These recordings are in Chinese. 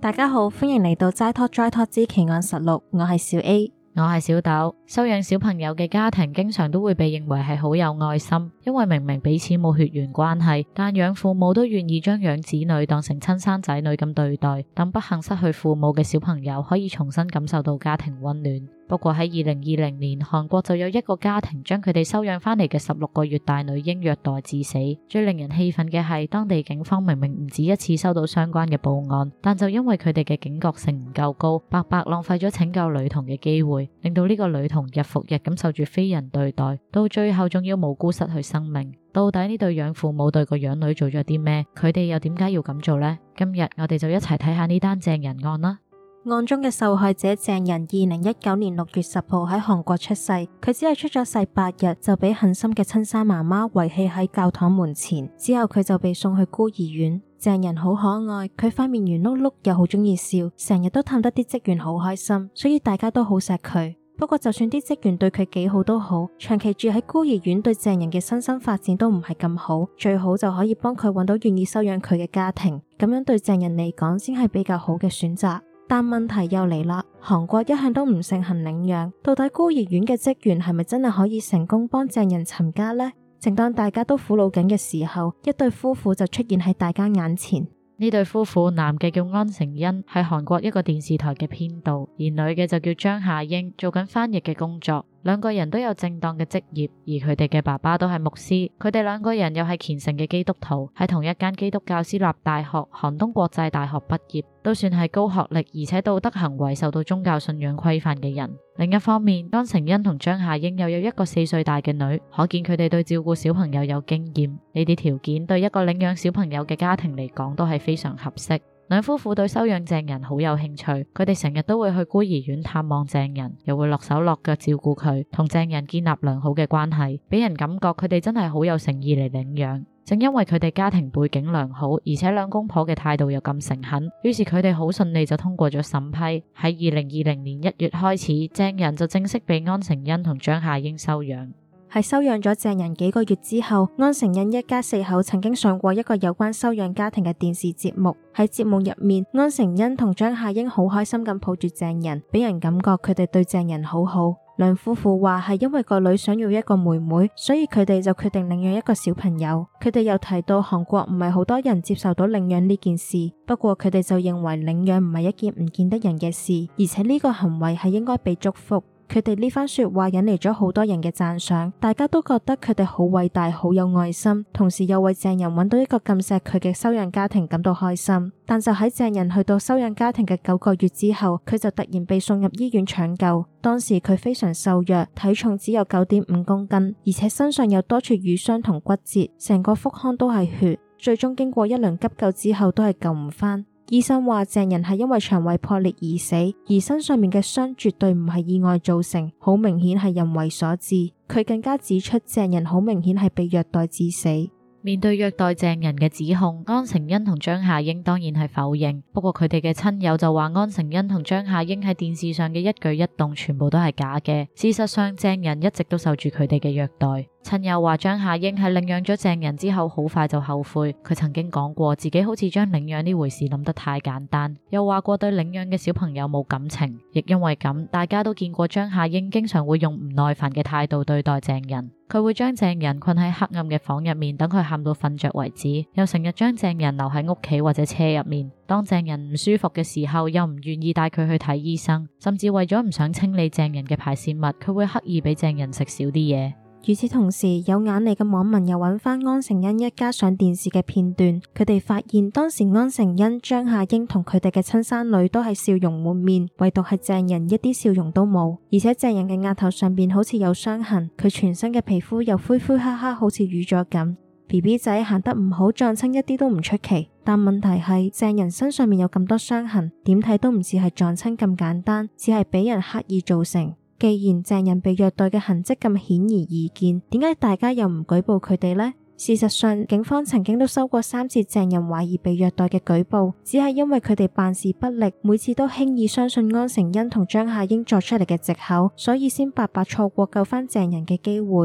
大家好，歡迎嚟到齋拖之奇案實錄，我係小 A， 我係小豆。收養小朋友嘅家庭經常都會被認為係好有愛心，因為明明彼此冇血緣關係，但養父母都願意將養子女當成親生仔女咁對待，等不幸失去父母嘅小朋友可以重新感受到家庭溫暖。不過喺2020年，韓國就有一個家庭將佢哋收養返嚟嘅16個月大女嬰虐待致死。最令人氣憤嘅係，當地警方明明唔止一次收到相關嘅報案，但就因為佢哋嘅警覺性唔夠高，白白浪費咗拯救女童嘅機會，令到呢個女童日復日咁受住非人對待，到最後仲要無辜失去生命。到底呢對養父母對個養女做咗啲咩？佢哋又點解要咁做呢？今日我哋就一齊睇下呢單鄭人案啦。 案中嘅受害者鄭人2019年6月10號喺韓國出世，佢只係出咗世8日就俾狠心嘅親生媽媽遺棄喺教堂門前，之後佢就被送去孤兒院。鄭人好可愛，佢塊面圓碌碌又好鍾意笑，成日都氹得啲職員好開心，所以大家都好錫佢。不過就算啲職員對佢幾好都好，長期住喺孤兒院對鄭人嘅身心發展都唔係咁好，最好就可以幫佢揾到願意收養佢嘅家庭，咁樣對鄭人嚟講先係比較好嘅選擇。但問題又嚟啦，韓國一向都唔盛行領養，到底孤兒院嘅職員係咪真係可以成功幫鄭人尋家呢？正當大家都苦惱緊嘅時候，一對夫婦就出現喺大家眼前。 呢對夫婦，男嘅叫安成恩，係韓國一個電視台嘅編導，而女嘅就叫張夏英，做緊翻譯嘅工作。兩個人都有正當嘅職業，而佢哋嘅爸爸都係牧師，佢哋兩個人又係虔誠嘅基督徒，喺同一間基督教私立大學韓東國際大學畢業，都算係高學歷而且道德行為受到宗教信仰規範嘅人。另一方面，安成恩同張夏英又有一個4歲大嘅女，可見佢哋對照顧小朋友有經驗。呢啲條件對一個領養小朋友嘅家庭嚟講都係非常合適。兩夫婦對收養鄭人好有興趣，佢哋成日都會去孤兒院探望鄭人，又會落手落腳照顧佢，同鄭人建立良好嘅關係，俾人感覺佢哋真係好有誠意嚟領養。正因為佢哋家庭背景良好，而且兩公婆嘅態度又咁誠懇，於是佢哋好順利就通過咗審批。喺2020年1月開始，鄭人就正式被安成恩同張夏英收養。 喺收養咗鄭人幾個月之後，安成恩一家4口曾經上過一個有關收養家庭嘅電視節目。喺節目入面，安成恩同張夏英好開心咁抱住鄭人，俾人感覺佢哋對鄭人好好。兩夫婦話係因為個女想要一個妹妹，所以佢哋就決定領養一個小朋友。佢哋又提到韓國唔係好多人接受到領養呢件事，不過佢哋就認為領養唔係一件唔見得人嘅事，而且呢個行為係應該被祝福。佢哋呢番說話引嚟咗好多人嘅讚賞，大家都覺得佢哋好偉大，好有愛心，同時又為鄭人揾到一個咁錫佢嘅收養家庭感到開心。但就喺鄭人去到收養家庭嘅9個月之後，佢就突然被送入醫院搶救。當時佢非常瘦弱，體重只有9.5公斤，而且身上有多處瘀傷同骨折，成個腹腔都係血。最終經過一輪急救之後，都係救唔返。醫生話鄭人係因為腸胃破裂而死，而身上面嘅傷絕對唔係意外造成，好明顯係人為所致。佢更加指出鄭人好明顯係被虐待致死。 面對虐待鄭人嘅指控，安成恩同張夏英當然係否認，不過佢哋嘅親友就話安成恩同張夏英喺電視上嘅一舉一動全部都係假嘅。事實上，鄭人一直都受住佢哋嘅虐待。親友話張夏英喺領養咗鄭人之後好快就後悔，佢曾經講過自己好似將領養呢回事諗得太簡單，又話過對領養嘅小朋友冇感情，亦因為咁，大家都見過張夏英經常會用唔耐煩嘅態度對待鄭人。佢會將鄭人困喺黑暗嘅房入面，等佢喊到瞓着為止，又成日將鄭人留喺屋企或者車入面。當鄭人唔舒服嘅時候，又唔願意帶佢去睇醫生，甚至為咗唔想清理鄭人嘅排泄物，佢會刻意俾鄭人食少啲嘢。 與此同時，有眼利嘅網民又揾返安成恩一家上電視嘅片段，佢哋發現當時安成恩、張夏英同佢哋嘅親生女都係笑容滿面，唯獨係鄭人一啲笑容都冇，而且鄭人嘅額頭上邊好似有傷痕，佢全身嘅皮膚又灰灰黑黑，好似瘀咗咁。BB 仔行得唔好撞親一啲都唔出奇，但問題係鄭人身上面有咁多傷痕，點睇都唔似係撞親咁簡單，只係俾人刻意造成。既然鄭人被虐待嘅痕跡咁顯而易見，點解大家又唔舉報佢哋呢？事實上，警方曾經都收過3次鄭人懷疑被虐待嘅舉報，只係因為佢哋辦事不力，每次都輕易相信安成恩同張夏英作出嚟嘅藉口，所以先白白錯過救返鄭人嘅機會。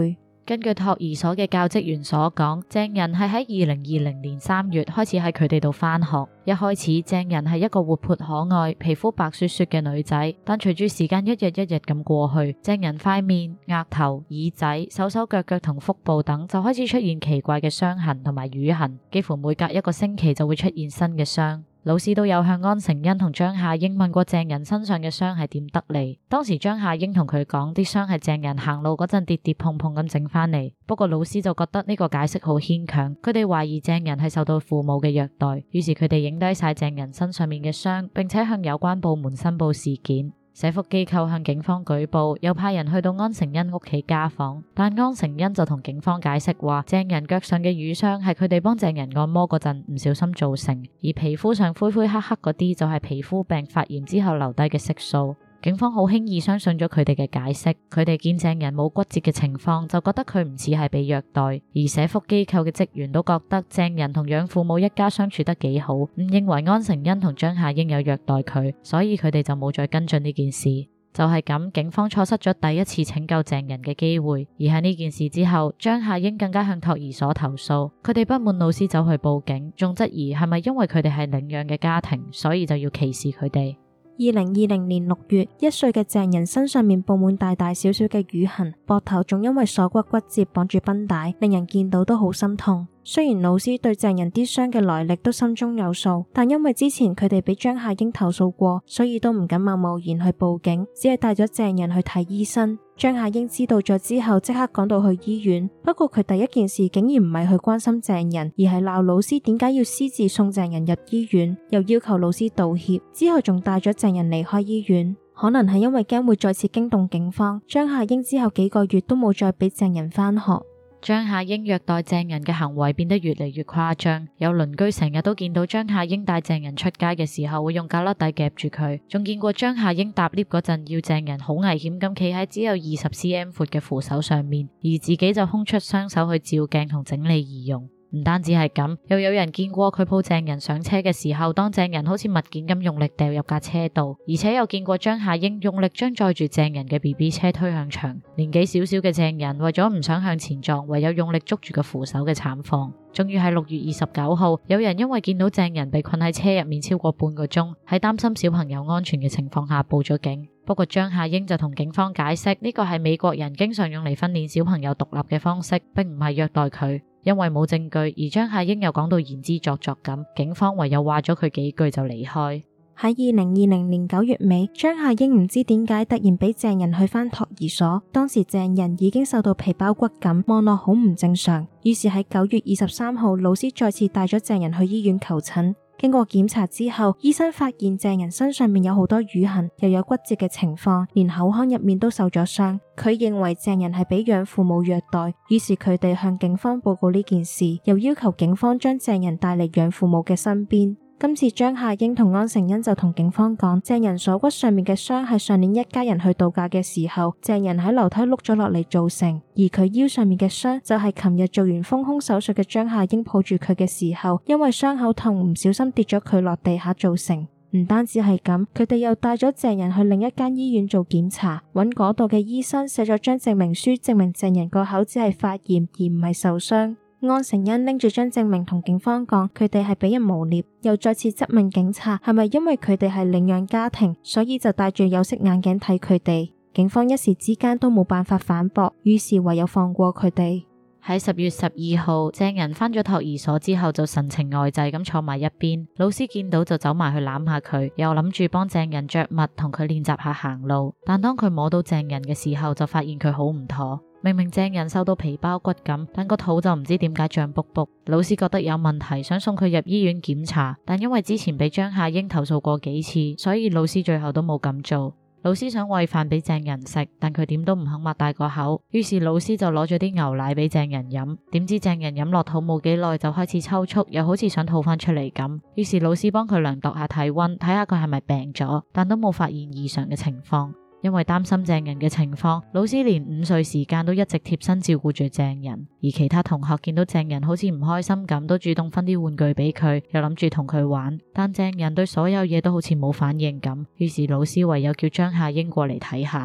根據托兒所嘅教職員所講，鄭仁係喺2020年3月開始喺佢哋度返學。一開始鄭仁係一個活潑可愛、皮膚白雪雪嘅女仔，但隨住時間一日一日咁過去，鄭仁塊面、額頭、耳仔、手手腳腳同腹部等就開始出現奇怪嘅傷痕同埋瘀痕，幾乎每隔一個星期就會出現新嘅傷。老師都有向安成恩同張夏英問過鄭仁身上嘅傷係點得嚟，當時張夏英同佢講啲傷係鄭仁行路嗰陣跌跌碰碰咁整返嚟，不過老師就覺得呢個解釋好牽強，佢哋懷疑鄭仁係受到父母嘅虐待，於是佢哋影低晒鄭仁身上面嘅傷，並且向有關部門申報事件。社福機構向警方舉報，又派人去到安成恩屋企家訪，但安成恩就同警方解釋話，鄭仁腳上嘅瘀傷係佢哋幫鄭仁按摩嗰陣唔小心造成，而皮膚上灰灰黑黑嗰啲就係皮膚病發炎之後留低嘅色素。警方好輕易相信咗佢哋嘅解釋，佢哋見鄭仁冇骨折嘅情況，就覺得佢唔似係被虐待，而社福機構嘅職員都覺得鄭仁同養父母一家相處得幾好，唔認為安成恩同張夏英有虐待佢，所以佢哋就冇再跟進呢件事。就係咁，警方錯失咗第一次拯救鄭仁嘅機會，而喺呢件事之後，張夏英更加向托兒所投訴，佢哋不滿老師走去報警，仲質疑係咪因為佢哋係領養嘅家庭，所以就要歧視佢哋。 2020年6月，1歲嘅鄭仁身上面布滿大大小小嘅瘀痕，膊頭仲因為鎖骨骨折綁住繃帶，令人見到都好心痛。雖然老師對鄭仁啲傷嘅來歷都心中有數，但因為之前佢哋俾張夏英投訴過，所以都唔敢貿貿然去報警，只係帶咗鄭仁去睇醫生。張夏英知道咗之後，即刻趕到去醫院。不過佢第一件事竟然唔係去關心鄭仁，而係鬧老師點解要私自送鄭仁入醫院，又要求老師道歉。之後仲帶咗鄭仁離開醫院。可能係因為驚會再次驚動警方，張夏英之後幾個月都冇再俾鄭仁返學。 張夏英虐待鄭仁嘅行為變得越嚟越誇張，有鄰居成日都見到張夏英帶鄭仁出街嘅時候會用胳肋底夾住佢，仲見過張夏英搭 lift 嗰陣要鄭仁好危險咁企喺只有20cm闊嘅扶手上面，而自己就空出雙手去照鏡同整理儀容。唔單止係咁，又有人見過佢抱鄭仁上車嘅時候，當鄭仁好似物件咁用力掉入架車度，而且又見過張夏英用力將載住鄭仁嘅 BB 車推向牆，年紀少少嘅鄭仁為咗唔想向前撞，唯有用力捉住個扶手嘅慘況。終於喺6月29號，有人因為見到鄭仁被困喺車入面超過半個鐘，喺擔心小朋友安全嘅情況下報咗警。不過張夏英就同警方解釋，呢個係美國人經常用嚟訓練小朋友獨立嘅方式，並唔係虐待佢。因為冇證據，而張夏英又講到言之鑿鑿咁，警方唯有話咗佢幾句就離開。 喺2020年9月尾，張夏英唔知點解突然俾鄭仁去返托兒所，當時鄭仁已經受到皮包骨感，望落好唔正常。於是喺9月23號，老師再次帶咗鄭仁去醫院求診。經過檢查之後，醫生發現鄭仁身上面有好多瘀痕，又有骨折嘅情況，連口腔入面都受咗傷。佢認為鄭仁係俾養父母虐待，於是佢哋向警方報告呢件事，又要求警方將鄭仁帶嚟養父母嘅身邊。今次張夏英同安成恩就同警方講，鄭仁鎖骨上面嘅傷係上年一家人去度假嘅時候，鄭仁喺樓梯碌咗落嚟造成，而佢腰上面嘅傷就係琴日做完豐胸手術嘅張夏英抱住佢嘅時候，因為傷口痛唔小心跌咗佢落地下造成。唔單止係咁，佢哋又帶咗鄭仁去另一間醫院做檢查，揾嗰度嘅醫生寫咗張證明書，證明鄭仁個口只係發炎而唔係受傷。安成恩拎住張證明同警方講，佢哋係俾人誣衊，又再次質問警察係咪因為佢哋係領養家庭，所以就戴住有色眼鏡睇佢哋。警方一時之間都冇辦法反駁，於是唯有放過佢哋。 喺10月12號，鄭仁返咗托兒所之後就神情呆滯咁坐埋一邊，老師見到就走埋去攬下佢，又諗住幫鄭仁着襪同佢練習下行路，但當佢摸到鄭仁嘅時候就發現佢好唔妥。明明鄭仁受到皮包骨感，但個肚就唔知點解脹卜卜。老師覺得有問題，想送佢入醫院檢查，但因為之前俾張夏英投訴過幾次，所以老師最後都冇咁做。老師想餵飯俾鄭仁食，但佢點都唔肯擘大個口，於是老師就攞咗啲牛奶俾鄭仁飲。點知鄭仁飲落肚冇幾耐就開始抽搐，又好似想吐翻出嚟咁。於是老師幫佢量度下體溫，睇下佢係咪病咗，但都冇發現異常嘅情況。因為擔心鄭仁嘅情況，老師連午睡時間都一直貼身照顧住鄭仁，而其他同學見到鄭仁好似唔開心咁，都主動分啲玩具俾佢，又諗住同佢玩，但鄭仁對所有嘢都好似冇反應咁，於是老師唯有叫張夏英過嚟睇下。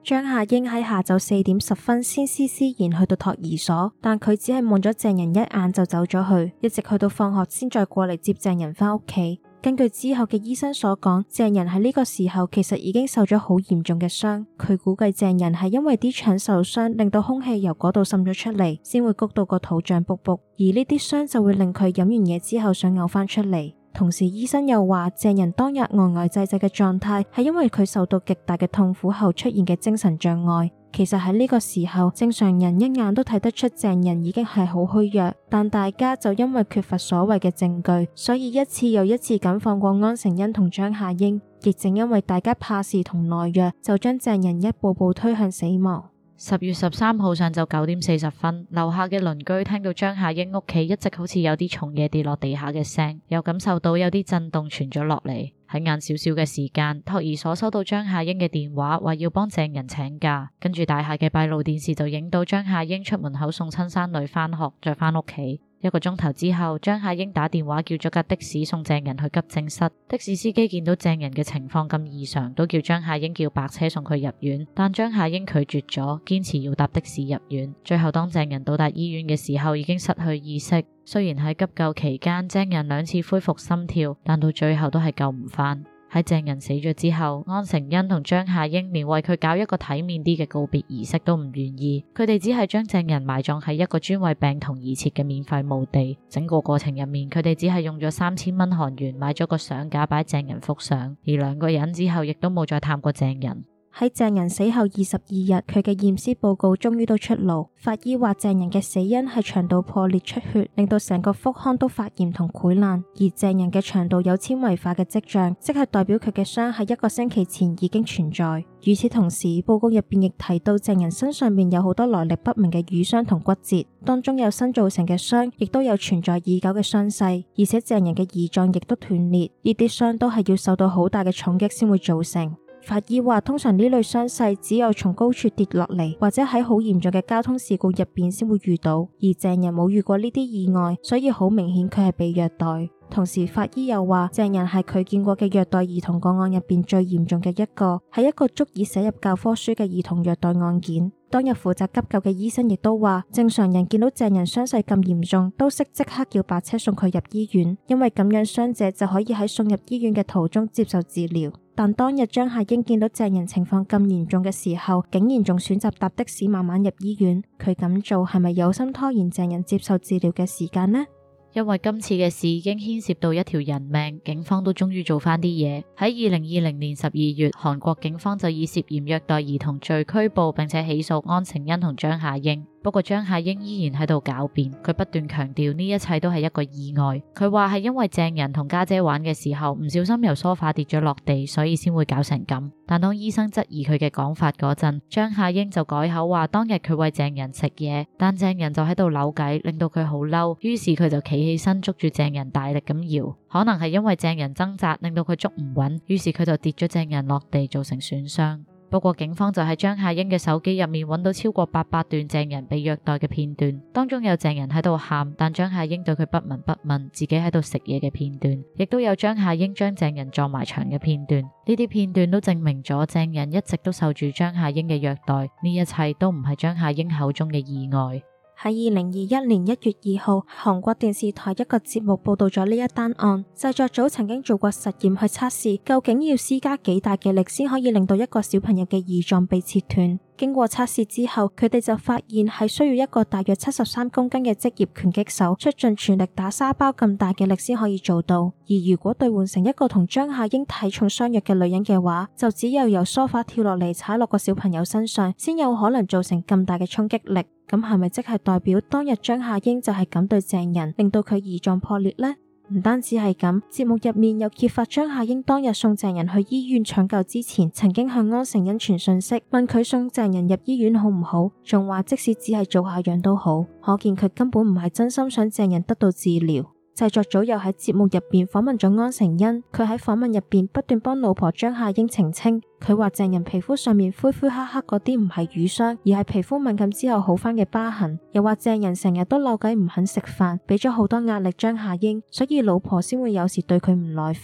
張夏英喺下晝4點10分先施然去到托兒所，但佢只係望咗鄭人一眼就走咗去，一直去到放學先再過嚟接鄭人返屋企。根據之後嘅醫生所講，鄭人喺呢個時候其實已經受咗好嚴重嘅傷，佢估計鄭人係因為啲腸受傷，令到空氣由嗰度滲咗出嚟，先會谷到個肚脹卜卜，而呢啲傷就會令佢飲完嘢之後想嘔翻出嚟。同時醫生又話，鄭人當日呆呆滯滯嘅狀態係因為佢受到極大嘅痛苦後出現嘅精神障礙。其實喺呢個時候，正常人一眼都睇得出鄭人已經係好虛弱，但大家就因為缺乏所謂嘅證據，所以一次又一次咁放過安承恩同張夏英。亦正因為大家怕事同懦弱，就將鄭人一步步推向死亡。 10月13號上晝9點40分，樓下嘅鄰居聽到張夏英屋企一直好似有啲重嘢跌落地下嘅聲，又感受到有啲震動傳咗落嚟。喺晏少少嘅時間，托兒所收到張夏英嘅電話，話要幫鄭人請假，跟住大廈嘅閉路電視就影到張夏英出門口送親生女返學，再返屋企。1個鐘頭之後，張夏英打電話叫咗架的士送鄭人去急症室。的士司機見到鄭人嘅情況咁異常，都叫張夏英叫白車送佢入院，但張夏英拒絕咗，堅持要搭的士入院。最後當鄭人到達醫院嘅時候，已經失去意識。雖然喺急救期間，鄭人2次恢復心跳，但到最後都係救唔返。喺鄭人死咗之後，安承恩同張夏英連為佢搞一個體面啲嘅告別儀式都唔願意，佢哋只係將鄭人埋葬喺一個專為病童而設嘅免費墓地。整個過程入面，佢哋只係用咗3000蚊韓元買咗個相架擺鄭人幅相，而2個人之後亦都冇再探過鄭人。 喺鄭人死後22日，佢嘅驗屍報告終於都出爐。法醫話鄭人嘅死因係腸道破裂出血，令到成個腹腔都發炎同潰爛，而鄭人嘅腸道有纖維化嘅跡象，即係代表佢嘅傷喺1個星期前已經存在。與此同時，報告入邊亦提到鄭人身上面有好多來歷不明嘅瘀傷同骨折，當中有新造成嘅傷，亦都有存在已久嘅傷勢，而且鄭人嘅胰臟亦都斷裂，呢啲傷都係要受到好大嘅重擊先會造成。法醫話，通常呢類傷勢只有從高處跌落嚟，或者喺好嚴重嘅交通事故入邊先會遇到，而鄭人冇遇過呢啲意外，所以好明顯佢係被虐待。同時法醫又話，鄭人係佢見過嘅虐待兒童個案入邊最嚴重嘅一個，係一個足以寫入教科書嘅兒童虐待案件。當日負責急救嘅醫生亦都話，正常人見到鄭人傷勢咁嚴重，都識即刻叫白車送佢入醫院，因為咁樣傷者就可以喺送入醫院嘅途中接受治療。但當日張夏英見到鄭人情況咁嚴重嘅時候，竟然仲選擇搭的士慢慢入醫院，佢咁做係咪有心拖延鄭人接受治療嘅時間呢？ 因為今次嘅事已經牽涉到一條人命，警方都終於做返啲嘢。喺2020年12月，韓國警方就以涉嫌虐待兒童罪拘捕並且起訴安承恩同張夏英。不過張夏英依然喺度狡辯，佢不斷強調呢一切都係一個意外。佢話係因為鄭人同家姐玩嘅時候唔小心由梳化跌咗落地，所以先會搞成咁。但當醫生質疑佢嘅講法嗰陣，張夏英就改口話當日佢餵鄭人食嘢，但鄭人就喺度扭計，令到佢好嬲，於是佢就企起身捉住鄭人大力咁搖。可能係因為鄭人掙扎令到佢捉唔穩，於是佢就跌咗鄭人落地，造成損傷。不過警方就喺張夏英嘅手機入面揾到超過800段鄭人被虐待嘅片段，當中有鄭人喺度喊，但張夏英對佢不聞不問，自己喺度食嘢嘅片段，亦都有張夏英將鄭人撞埋牆嘅片段。呢啲片段都證明咗鄭人一直都受住張夏英嘅虐待，呢一切都唔係張夏英口中嘅意外。 喺2021年1月2號，韓國電視台一個節目報道咗呢一單案。製作組曾經做過實驗去測試，究竟要施加幾大嘅力先可以令到一個小朋友嘅胰臟被切斷。經過測試之後，佢哋就發現係需要一個大約73公斤嘅職業拳擊手出盡全力打沙包咁大嘅力先可以做到。而如果兌換成一個同張夏英體重相若嘅女人嘅話，就只有由梳化跳落嚟踩落個小朋友身上，先有可能造成咁大嘅衝擊力。咁係咪即係代表當日張夏英就係咁對鄭人，令到佢胰臟破裂呢？唔單止係咁，節目入面又揭發張夏英當日送鄭人去醫院搶救之前，曾經向安承恩傳訊息，問佢送鄭人入醫院好唔好，仲話即使只係做下樣都好，可見佢根本唔係真心想鄭人得到治療。製作組又喺節目入邊訪問咗安承恩，佢喺訪問入邊不斷幫老婆張夏英澄清，佢話鄭人皮膚上面灰灰黑黑嗰啲唔係瘀傷，而係皮膚敏感之後好返嘅疤痕。又話鄭人成日都扭計唔肯食飯，俾咗好多壓力張夏英，所以老婆先會有時對佢唔耐煩。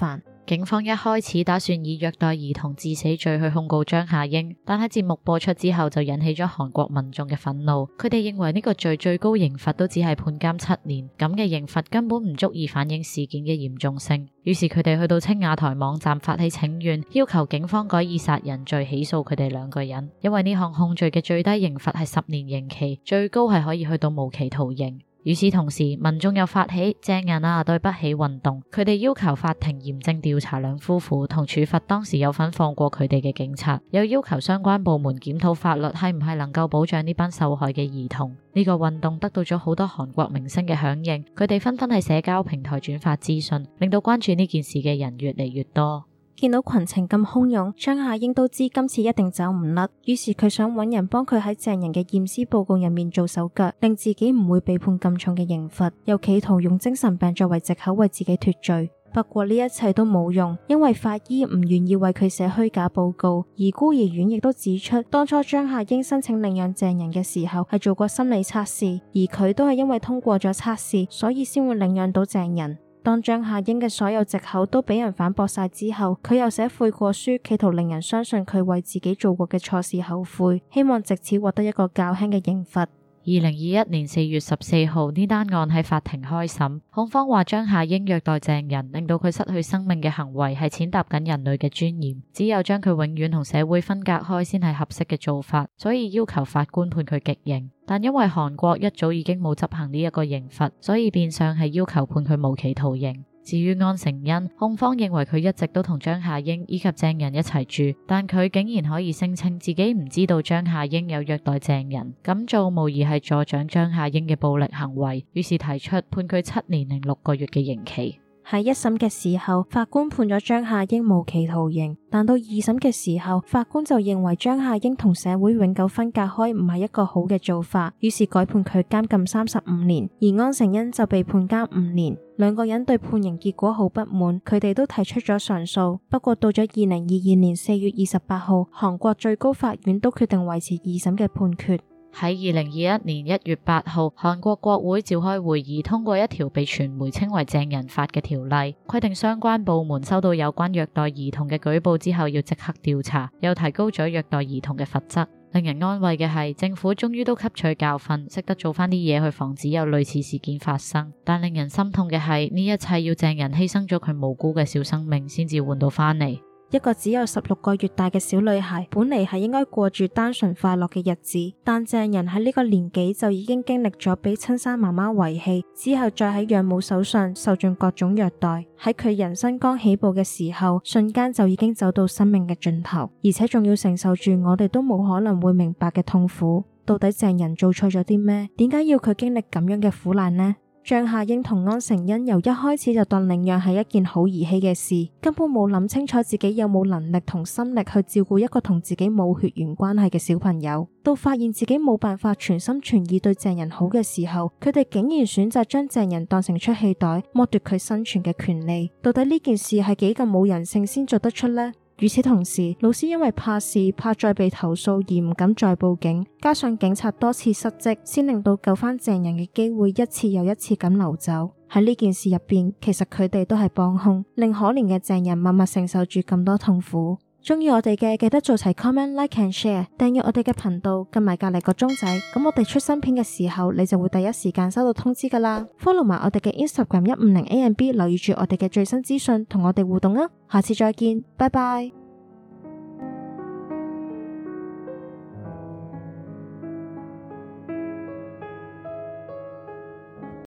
警方一開始打算以虐待兒童致死罪去控告張夏英，但喺節目播出之後就引起咗韓國民眾嘅憤怒。佢哋認為呢個罪最高刑罰都只係判監7年，咁嘅刑罰根本唔足以反映事件嘅嚴重性。於是佢哋去到青瓦台網站發起請願，要求警方改以殺人罪起訴佢哋2個人，因為呢項控罪嘅最低刑罰係10年刑期，最高係可以去到無期徒刑。與此同時，民眾又發起鄭人啊對不起運動，佢哋要求法庭嚴正調查兩夫婦同處罰當時有份放過佢哋嘅警察，又要求相關部門檢討法律係唔係能夠保障呢班受害嘅兒童。呢個運動得到咗好多韓國明星嘅響應，佢哋紛紛喺社交平台轉發資訊，令到關注呢件事嘅人越嚟越多。 見到群情咁洶湧，張夏英都知今次一定走唔甩，於是佢想揾人幫佢喺鄭人嘅驗屍報告入面做手腳，令自己唔會被判咁重嘅刑罰，又企圖用精神病作為藉口為自己脫罪。不過呢一切都冇用，因為法醫唔願意為佢寫虛假報告，而孤兒院亦都指出，當初張夏英申請領養鄭人嘅時候係做過心理測試，而佢都係因為通過咗測試，所以先會領養到鄭人。當張夏英嘅所有藉口都俾人反駁晒之後，佢又寫悔過書，企圖令人相信佢為自己做過嘅錯事後悔，希望藉此獲得一個較輕嘅刑罰。 2021年4月14號，呢單案喺法庭開審，控方話張夏英虐待鄭人，令到佢失去生命嘅行為係踐踏緊人類嘅尊嚴，只有將佢永遠同社會分隔開先係合適嘅做法，所以要求法官判佢極刑。但因為韓國一早已經冇執行呢一個刑罰，所以變相係要求判佢無期徒刑。至於安成恩，控方認為佢一直都同張夏英以及鄭人一齊住，但佢竟然可以聲稱自己唔知道張夏英有虐待鄭人，咁做無疑係助長張夏英嘅暴力行為，於是提出判佢7年零6個月嘅刑期。 喺一審嘅時候，法官判咗張夏英無期徒刑，但到二審嘅時候，法官就認為張夏英同社會永久分隔開唔係一個好嘅做法，於是改判佢監禁35年，而安成恩就被判監5年。2個人對判刑結果好不滿，佢哋都提出咗上訴。不過到咗2022年4月28號，韓國最高法院都決定維持二審嘅判決。 喺2021年1月8號，韓國國會召開會議，通過一條被傳媒稱為鄭人法嘅條例，規定相關部門收到有關虐待兒童嘅舉報之後要即刻調查，又提高咗虐待兒童嘅罰則。令人安慰嘅係，政府終於都吸取教訓，識得做翻啲嘢去防止有類似事件發生。但令人心痛嘅係，呢一切要鄭人犧牲咗佢無辜嘅小生命先至換到翻嚟。 一個只有16個月大嘅小女孩，本嚟係應該過住單純快樂嘅日子，但鄭人喺呢個年紀就已經經歷咗俾親生媽媽遺棄，之後再喺養母手上受盡各種虐待。喺佢人生剛起步嘅時候，瞬間就已經走到生命嘅盡頭，而且仲要承受住我哋都冇可能會明白嘅痛苦。到底鄭人做錯咗啲咩？點解要佢經歷咁樣嘅苦難呢？張夏英同安成恩由一開始就當領養係一件好兒戲嘅事，根本冇諗清楚自己有冇能力同心力去照顧一個同自己冇血緣關係嘅小朋友。到發現自己冇辦法全心全意對鄭人好嘅時候，佢哋竟然選擇將鄭人當成出氣袋，剝奪佢生存嘅權利。到底呢件事係幾咁冇人性先做得出呢？與此同時，老師因為怕事，怕再被投訴而唔敢再報警，加上警察多次失職，先令到救返鄭人嘅機會一次又一次咁流走。喺呢件事入邊，其實佢哋都係幫兇，令可憐嘅鄭人默默承受住咁多痛苦。鍾意我哋嘅記得做齊 comment、like and share， 訂閱我哋嘅頻道，撳埋隔籬個鐘仔，咁我哋出新片嘅時候，你就會第一時間收到通知噶啦。follow 埋我哋嘅 Instagram 150AMB，留意住我哋嘅最新資訊，同我哋互動啊！下次再見，拜拜。